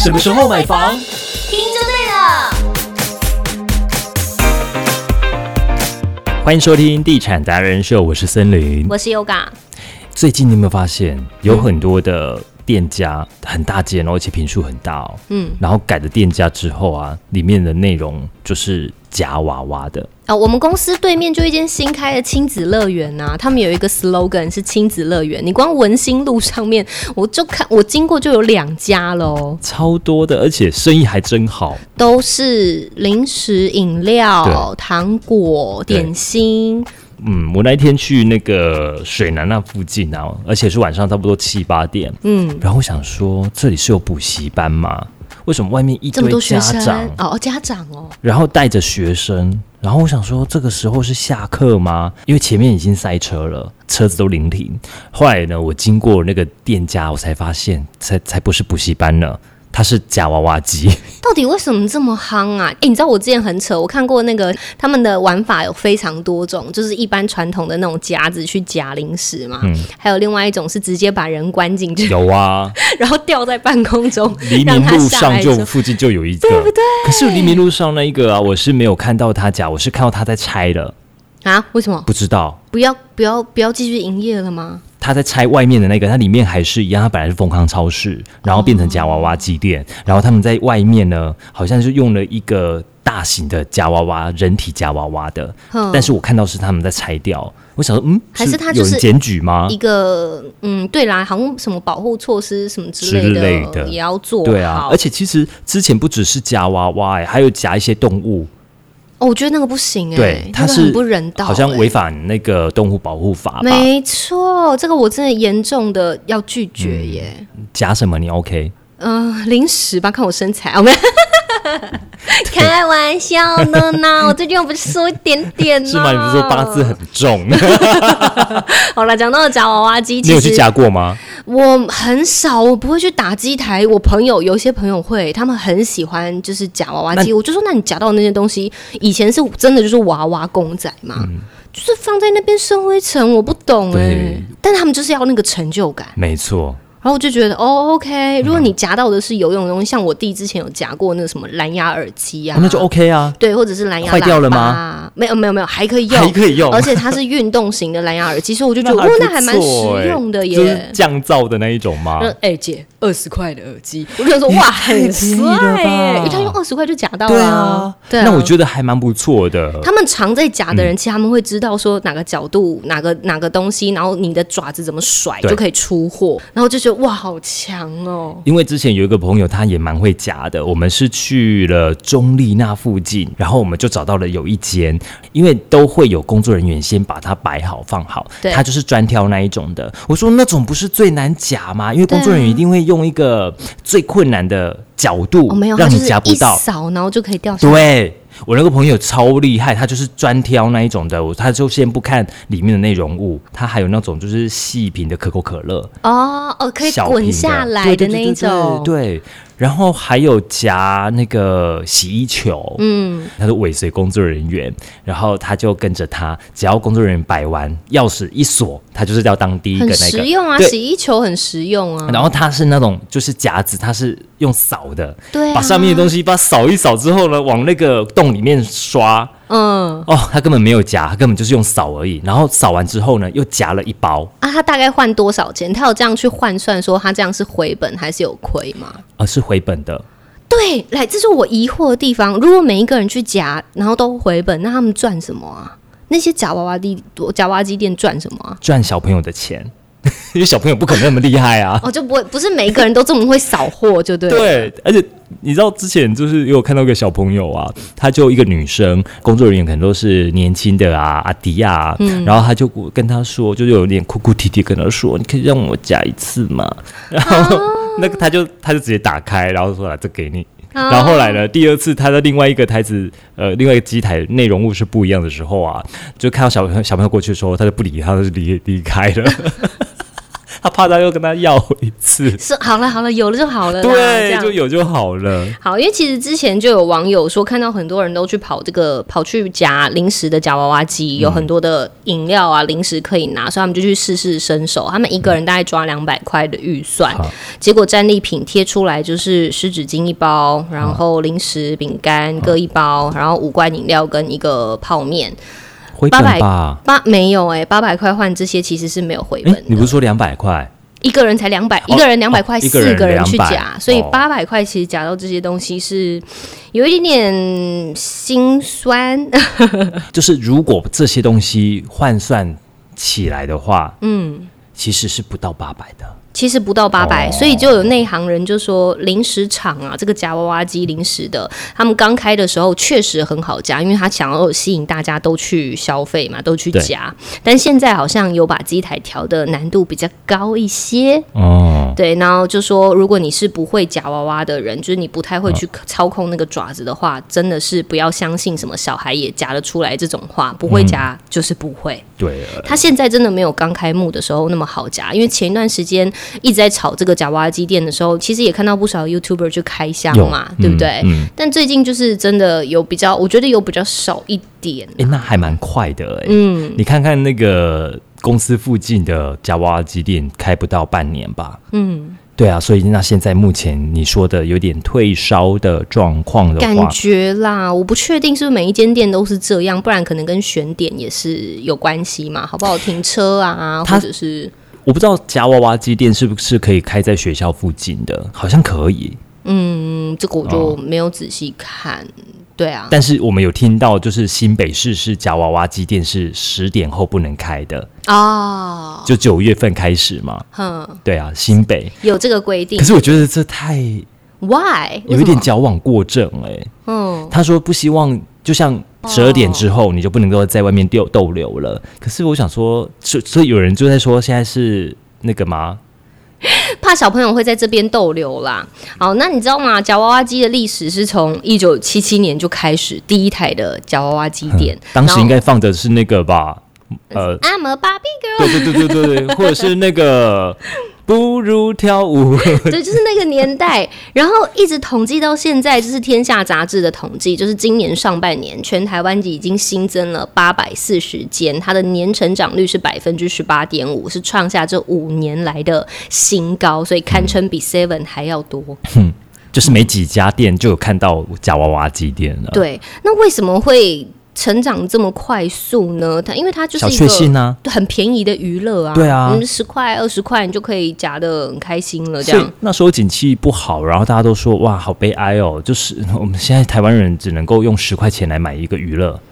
什么时候买房？ 听就对了。 欢迎收听地产达人秀，我是森林， 我是 Yoga。 最近你有没有发现有很多的店家很大间，而且坪数很大哦，然后改了店家之后啊，里面的内容就是夹娃娃的。 我们公司对面就一间新开的亲子乐园啊，他们有一个 slogan 是亲子乐园。你光文心路上面，我经过就有2家喽， 超多的，而且生意还真好， 都是零食、饮料、糖果、点心。 我那一天去那个水南那附近啊，而且是晚上差不多7、8点，然后我想说这里是有补习班吗？为什么外面一堆家长家长然后带着学生，然后我想说这个时候是下课吗？因为前面已经塞车了，车子都临停。后来呢，我经过那个店家，我才发现才不是补习班呢，它是夹娃娃机。 到底为什么这么夯啊？你知道我之前很扯，我看过那个他们的玩法有非常多种，就是一般传统的那种夹子去夹零食嘛，还有另外一种是直接把人关进去， 有啊，然后吊在半空中， 黎明路上附近就有一个， 对不对？ 可是黎明路上那一个啊，我是没有看到他夹，我是看到他在拆了啊？为什么？ 不知道， 不要继续营业了吗？ 他在拆外面的那个，它里面还是一样，它本来是丰康超市，然后变成夹娃娃机店，然后他们在外面呢，好像是用了一个大型的夹娃娃，人体夹娃娃的，但是我看到是他们在拆掉，我想说，还是他就是有人检举吗？ 一个对啦，好像什么保护措施什么之类的也要做好。 对啊，而且其实之前不只是夹娃娃，还有夹一些动物。 我觉得那个不行对，它是很不人道， 好像违反那个动物保护法吧？ 没错，这个我真的严重的要拒绝耶。 夹什么你 OK？ 零食吧，看我身材。开玩笑的呢，我最近又不是说一点点是吗？你不是说八字很重？ 好了，讲到夹娃娃机， 你有去夹过吗？ 我很少，我不会去打机台。我有些朋友会，他们很喜欢就是夹娃娃机。我就说，那你夹到那些东西，以前是真的就是娃娃公仔嘛，就是放在那边生灰尘，我不懂但他们就是要那个成就感， 没错。 然后我就觉得OK， 如果你夹到的是有用的东西，像我弟之前有夹过那个什么蓝牙耳机啊， 那就 OK 啊。 对，或者是蓝牙喇叭， 坏掉了吗？ 没有，还可以用，而且它是运动型的蓝牙耳机，所以我就觉得那还蛮实用的耶。 就是降噪的那一种吗？ 姐，20块的耳机，我就说哇，很帅耶，因为他用20块就夹到了。对啊， 那我觉得还蛮不错的。 他们常在夹的人，其实他们会知道说哪个角度、哪个东西，然后你的爪子怎么甩就可以出货，然后就觉得哇，好强哦！ 因为之前有一个朋友，他也蛮会夹的。我们是去了中立那附近，然后我们就找到了有一间，因为都会有工作人员先把它摆好放好，他就是专挑那一种的。我说那种不是最难夹吗？因为工作人员一定会用一个最困难的角度，让你夹不到， 一扫然后就可以掉下来。 对。我那个朋友超厉害，他就是专挑那一种的，他就先不看里面的内容物，他还有那种就是细瓶的可口可乐可以滚下来的那一种， 对。然后还有夹那个洗衣球，他是尾随工作人员，然后他就跟着他，只要工作人员摆完，钥匙一锁，他就是要当第一个那个。 很实用啊，洗衣球很实用啊。 然后他是那种就是夹子，他是用扫的， 对、 把上面的东西把它扫一扫之后呢，往那个洞里面刷。他根本没有夹，他根本就是用扫而已。然后扫完之后呢，又夹了一包啊。他大概换多少钱？他有这样去换算，说他这样是回本还是有亏吗？ 是回本的。 对，这是我疑惑的地方。如果每一个人去夹，然后都回本，那他们赚什么啊？那些夹娃娃机店赚什么啊？ 赚小朋友的钱。因为小朋友不可能那么厉害啊， 就不是每一个人都这么会扫货，就对了。 对，而且你知道之前就是有看到一个小朋友啊，他就一个女生，工作人员可能都是年轻的啊，阿迪啊，然后他就跟他说，就是有点哭哭啼啼跟他说，你可以让我夹一次吗？然后那个他就直接打开，然后说这给你。然后后来呢，第二次他的另外一个台子，另外一个机台内容物是不一样的时候啊，就看到小朋友过去的时候，他就不理他，就离开了。 他怕他又跟他要一次。 是好了，有了就好了啦。 对，就有就好了。 好，因为其实之前就有网友说，看到很多人都去跑去夹零食的夹娃娃机，有很多的饮料啊、零食可以拿，所以他们就去试身手。他们一个人大概抓200块的预算，结果战利品贴出来就是湿纸巾1包，然后零食、饼干各1包，然后5罐饮料跟1个泡面。 回本吧？ 没有800块换这些其实是没有回本的。 你不是说200块？ 一个人才200，一个人200块，4个人去夹，所以800块其实夹到这些东西是有一点点心酸。 就是如果这些东西换算起来的话，其实是不到800的。 其实不到800，所以就有内行人就说，零食厂啊，这个夹娃娃机零食的，他们刚开的时候确实很好夹，因为他想要吸引大家都去消费嘛，都去夹。但现在好像有把机台调的难度比较高一些。对，然后就说，如果你是不会夹娃娃的人，就是你不太会去操控那个爪子的话，真的是不要相信什么小孩也夹得出来这种话，不会夹就是不会。 对， 他现在真的没有刚开幕的时候那么好夹，因为前一段时间一直在炒这个夹娃娃机店的时候，其实也看到不少 YouTuber 去开箱嘛，对不对？但最近就是真的有比较，我觉得有比较少一点。 那还蛮快的你看看那个公司附近的夹娃娃机店开不到半年吧。对啊，所以那现在目前你说的有点退烧的状况的话， 感觉啦，我不确定是不是每一间店都是这样，不然可能跟选点也是有关系嘛，好不好停车啊，或者是我不知道夹娃娃机店是不是可以开在学校附近的，好像可以。 这个我就没有仔细看。对啊， 但是我们有听到，就是新北市是夹娃娃机店是10点后不能开的就9月份开始嘛。对啊，新北有这个规定。 可是我觉得这太 why 有一点矫枉过正他说不希望就像12点之后你就不能够在外面逗留了。可是我想说，所以有人就在说现在是那个吗？ 怕小朋友会在这边逗留啦。好，那你知道吗？夹娃娃机的历史是从1977年就开始第一台的夹娃娃机店， 当时应该放的是那个吧 ？I'm a Barbie girl。 对，或者是那个不如跳舞。 对，就是那个年代。然后一直统计到现在，就是天下杂志的统计，就是今年上半年全台湾已经新增了840间，它的年成长率是18.5%，是创下这5年来的新高，所以堪称比 Seven 还要多。 就是没几家店就有看到夹娃娃机店了。 对，那为什么会成长这么快速呢？因为它就是一个很便宜的娱乐啊。 对啊 ，10块20块你就可以夹得很开心了。这样， 所以那时候景气不好，然后大家都说哇，好悲哀哦。就是我们现在台湾人只能够用10块钱来买一个娱乐。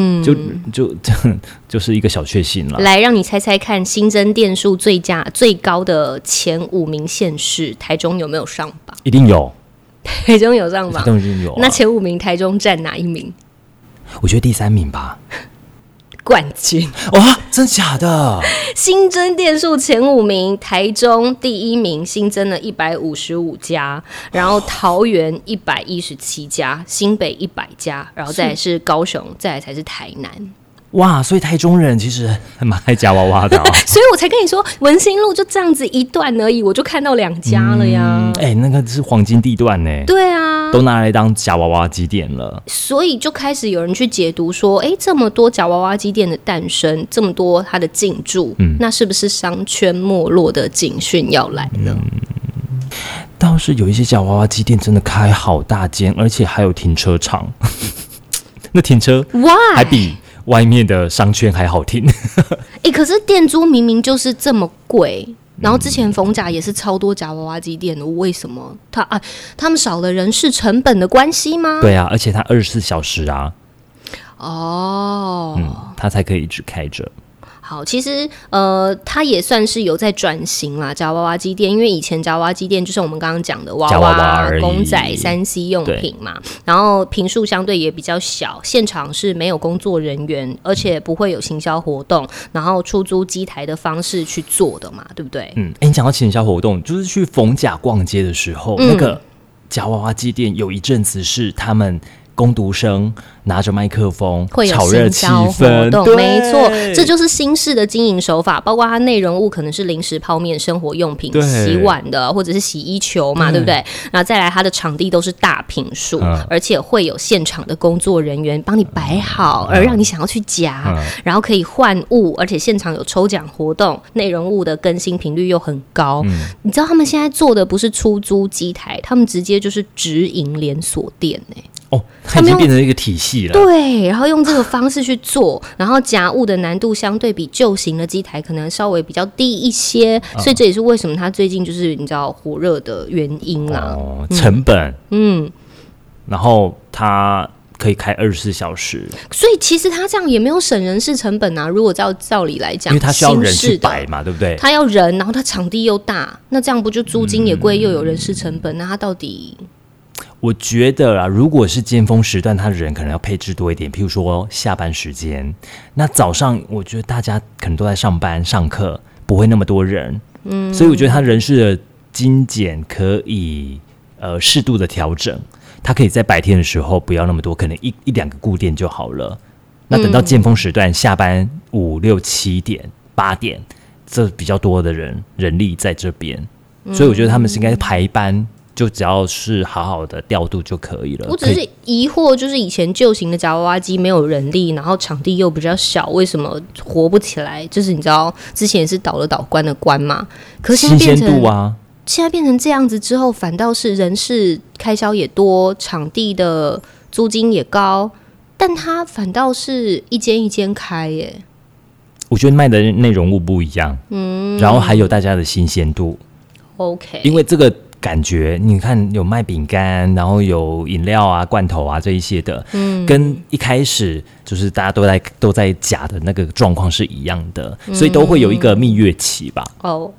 就是一个小确幸了。 来，让你猜猜看，新增店数最高的前5名县市，台中有没有上榜？ 一定有。 台中有上榜， 当然有那前5名，台中占哪一名？ 我觉得第3名吧。 冠军。 哇，真假的？ 新增店数前5名，台中第1名，新增了155家，然后桃园117家，新北100家，然后再来是高雄，再来才是台南。 哇，所以台中人其实还蛮爱夹娃娃的所以我才跟你说，文心路就这样子一段而已，我就看到2家了呀。 那个是黄金地段呢。 对啊， 都拿来当夹娃娃机店了。 所以就开始有人去解读说，这么多夹娃娃机店的诞生，这么多它的进驻，那是不是商圈没落的警讯要来了？ 倒是有一些夹娃娃机店真的开好大间，而且还有停车场。那停车还比外面的商圈还好停。 可是店租明明就是这么贵，然后之前逢甲也是超多夹娃娃机店的，为什么他们少了人事成本的关系吗？ 对啊，而且他24小时啊。他才可以一直开着。 好，其实它也算是有在转型啦，夹娃娃机店，因为以前夹娃娃机店就是我们刚刚讲的娃娃公仔3C 用品嘛，然后坪数相对也比较小，现场是没有工作人员，而且不会有行销活动，然后出租机台的方式去做的嘛，对不对？ 你讲到行销活动，就是去逢甲逛街的时候，那个夹娃娃机店有一阵子是他们工读生拿着麦克风， 会有炒热气氛， 没错，这就是新式的经营手法。包括它内容物可能是零食、泡面、生活用品、洗碗的，或者是洗衣球嘛，对不对？然后再来，它的场地都是大坪数，而且会有现场的工作人员帮你摆好，而让你想要去夹，然后可以换物，而且现场有抽奖活动，内容物的更新频率又很高。你知道他们现在做的不是出租机台，他们直接就是直营连锁店它已经变成一个体系了。 对，然后用这个方式去做，然后夹物的难度相对比旧型的机台可能稍微比较低一些，所以这也是为什么它最近就是你知道火热的原因啦。 成本，然后它可以开24小时， 所以其实它这样也没有省人事成本啊。如果照理来讲， 因为它需要人去摆嘛，对不对？ 它要人，然后它场地又大，那这样不就租金也贵，又有人事成本？那它到底？ 我觉得啊，如果是尖峰时段，他的人可能要配置多一点，譬如说下班时间。那早上我觉得大家可能都在上班上课，不会那么多人，所以我觉得他人事的精简可以适度的调整，他可以在白天的时候不要那么多，可能一两个固店就好了。那等到尖峰时段，下班5、6、7点、8点，这比较多的人力在这边，所以我觉得他们是应该排班。就只要是好好的调度就可以了。 我只是疑惑，就是以前旧型的夹娃娃机没有人力，然后场地又比较小，为什么活不起来？就是你知道，之前也是倒了倒关的关嘛，可是现在变成新鲜度啊， 现在变成这样子之后，反倒是人事开销也多，场地的租金也高，但它反倒是一间一间开耶。 我觉得卖的内容物不一样，然后还有大家的新鲜度。 OK， 因为这个。感觉你看有卖饼干，然后有饮料啊、罐头啊这一些的，跟一开始就是大家都在夹的那个状况是一样的，所以都会有一个蜜月期吧。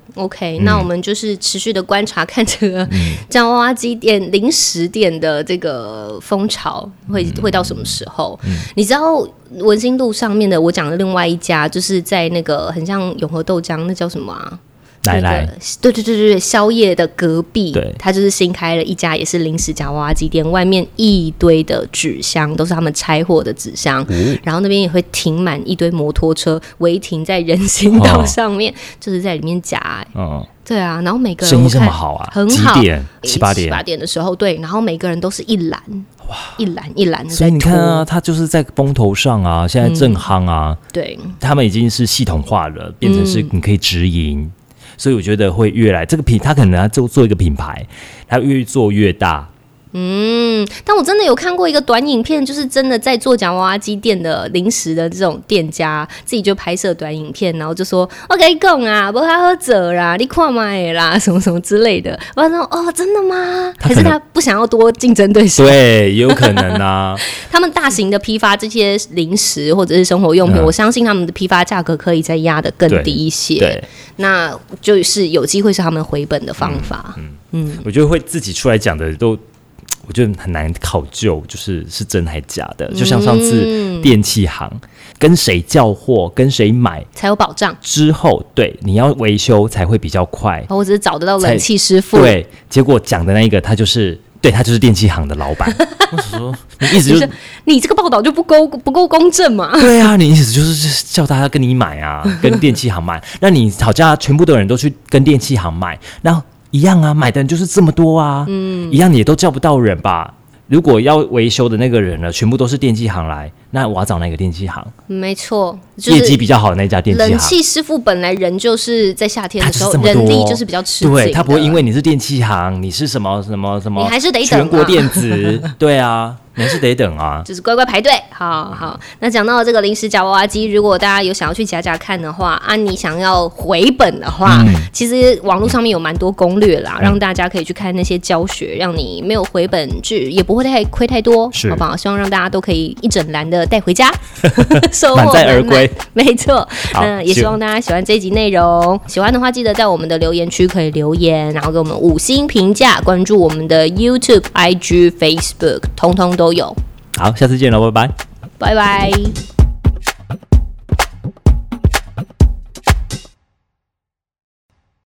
OK， 那我们就是持续的观察，看这个夹娃娃机店、零食店的这个风潮会到什么时候？你知道文心路上面的我讲的另外一家，就是在那个很像永和豆浆，那叫什么啊？ 来， 对，宵夜的隔壁， 对， 他就是新开了一家也是零食夹娃娃机店，外面一堆的纸箱都是他们拆货的纸箱，然后那边也会停满一堆摩托车，违停在人行道上面，就是在里面夹。对啊，然后每个人生意这么好啊，很好，几点？7、8 点的时候，对，然后每个人都是一篮，哇，一篮的在拖。 所以你看啊，他就是在风头上啊，现在正夯啊， 对， 他们已经是系统化了，变成是你可以直营。所以我觉得会越来这个他可能要做一个品牌，他越做越大。 但我真的有看过一个短影片，就是真的在做夹娃娃机店的零食的这种店家，自己就拍摄短影片，然后就说：“我跟你讲啊，不他喝者啦，你看买啦，什么什么之类的。”我说：“哦，真的吗？还是他不想要多竞争对手？” 对，也有可能啊。 他们大型的批发这些零食或者是生活用品，我相信他们的批发价格可以再压得更低一些。对，那就是有机会是他们回本的方法。 我觉得会自己出来讲的都。我觉得很难考究，就是真还假的。就像上次电器行跟谁叫货、跟谁买才有保障，之后对你要维修才会比较快。 我只是找得到冷气师傅， 对，结果讲的那一个他就是电器行的老板。我说你意思就是你这个报道就不够公正嘛？ 对啊，你意思就是叫大家跟你买啊，跟电器行买。那你好像全部的人都去跟电器行买，然后。一样啊，买的人就是这么多啊，一样你也都叫不到人吧？如果要维修的那个人呢，全部都是电器行来，那我要找哪个电器行？ 没错，就是业绩比较好的那家电器行。 冷气师傅本来人就是在夏天的时候人力就是比较吃紧的， 对，他不会因为你是电器行，你是什么， 你还是得等全国电子，对啊。你还是得等啊， 就是乖乖排队。好，那讲到这个零食夹娃娃机，如果大家有想要去夹夹看的话啊，你想要回本的话，其实网络上面有蛮多攻略啦，让大家可以去看那些教学，让你没有回本也不会太亏太多，好不好？希望让大家都可以一整篮的带回家，收获满载而归。没错，那也希望大家喜欢这一集内容，喜欢的话记得在我们的留言区可以留言，然后给我们5星评价，关注我们的 YouTube、IG、Facebook， 通通都有。 好，下次见了，拜拜， 拜拜。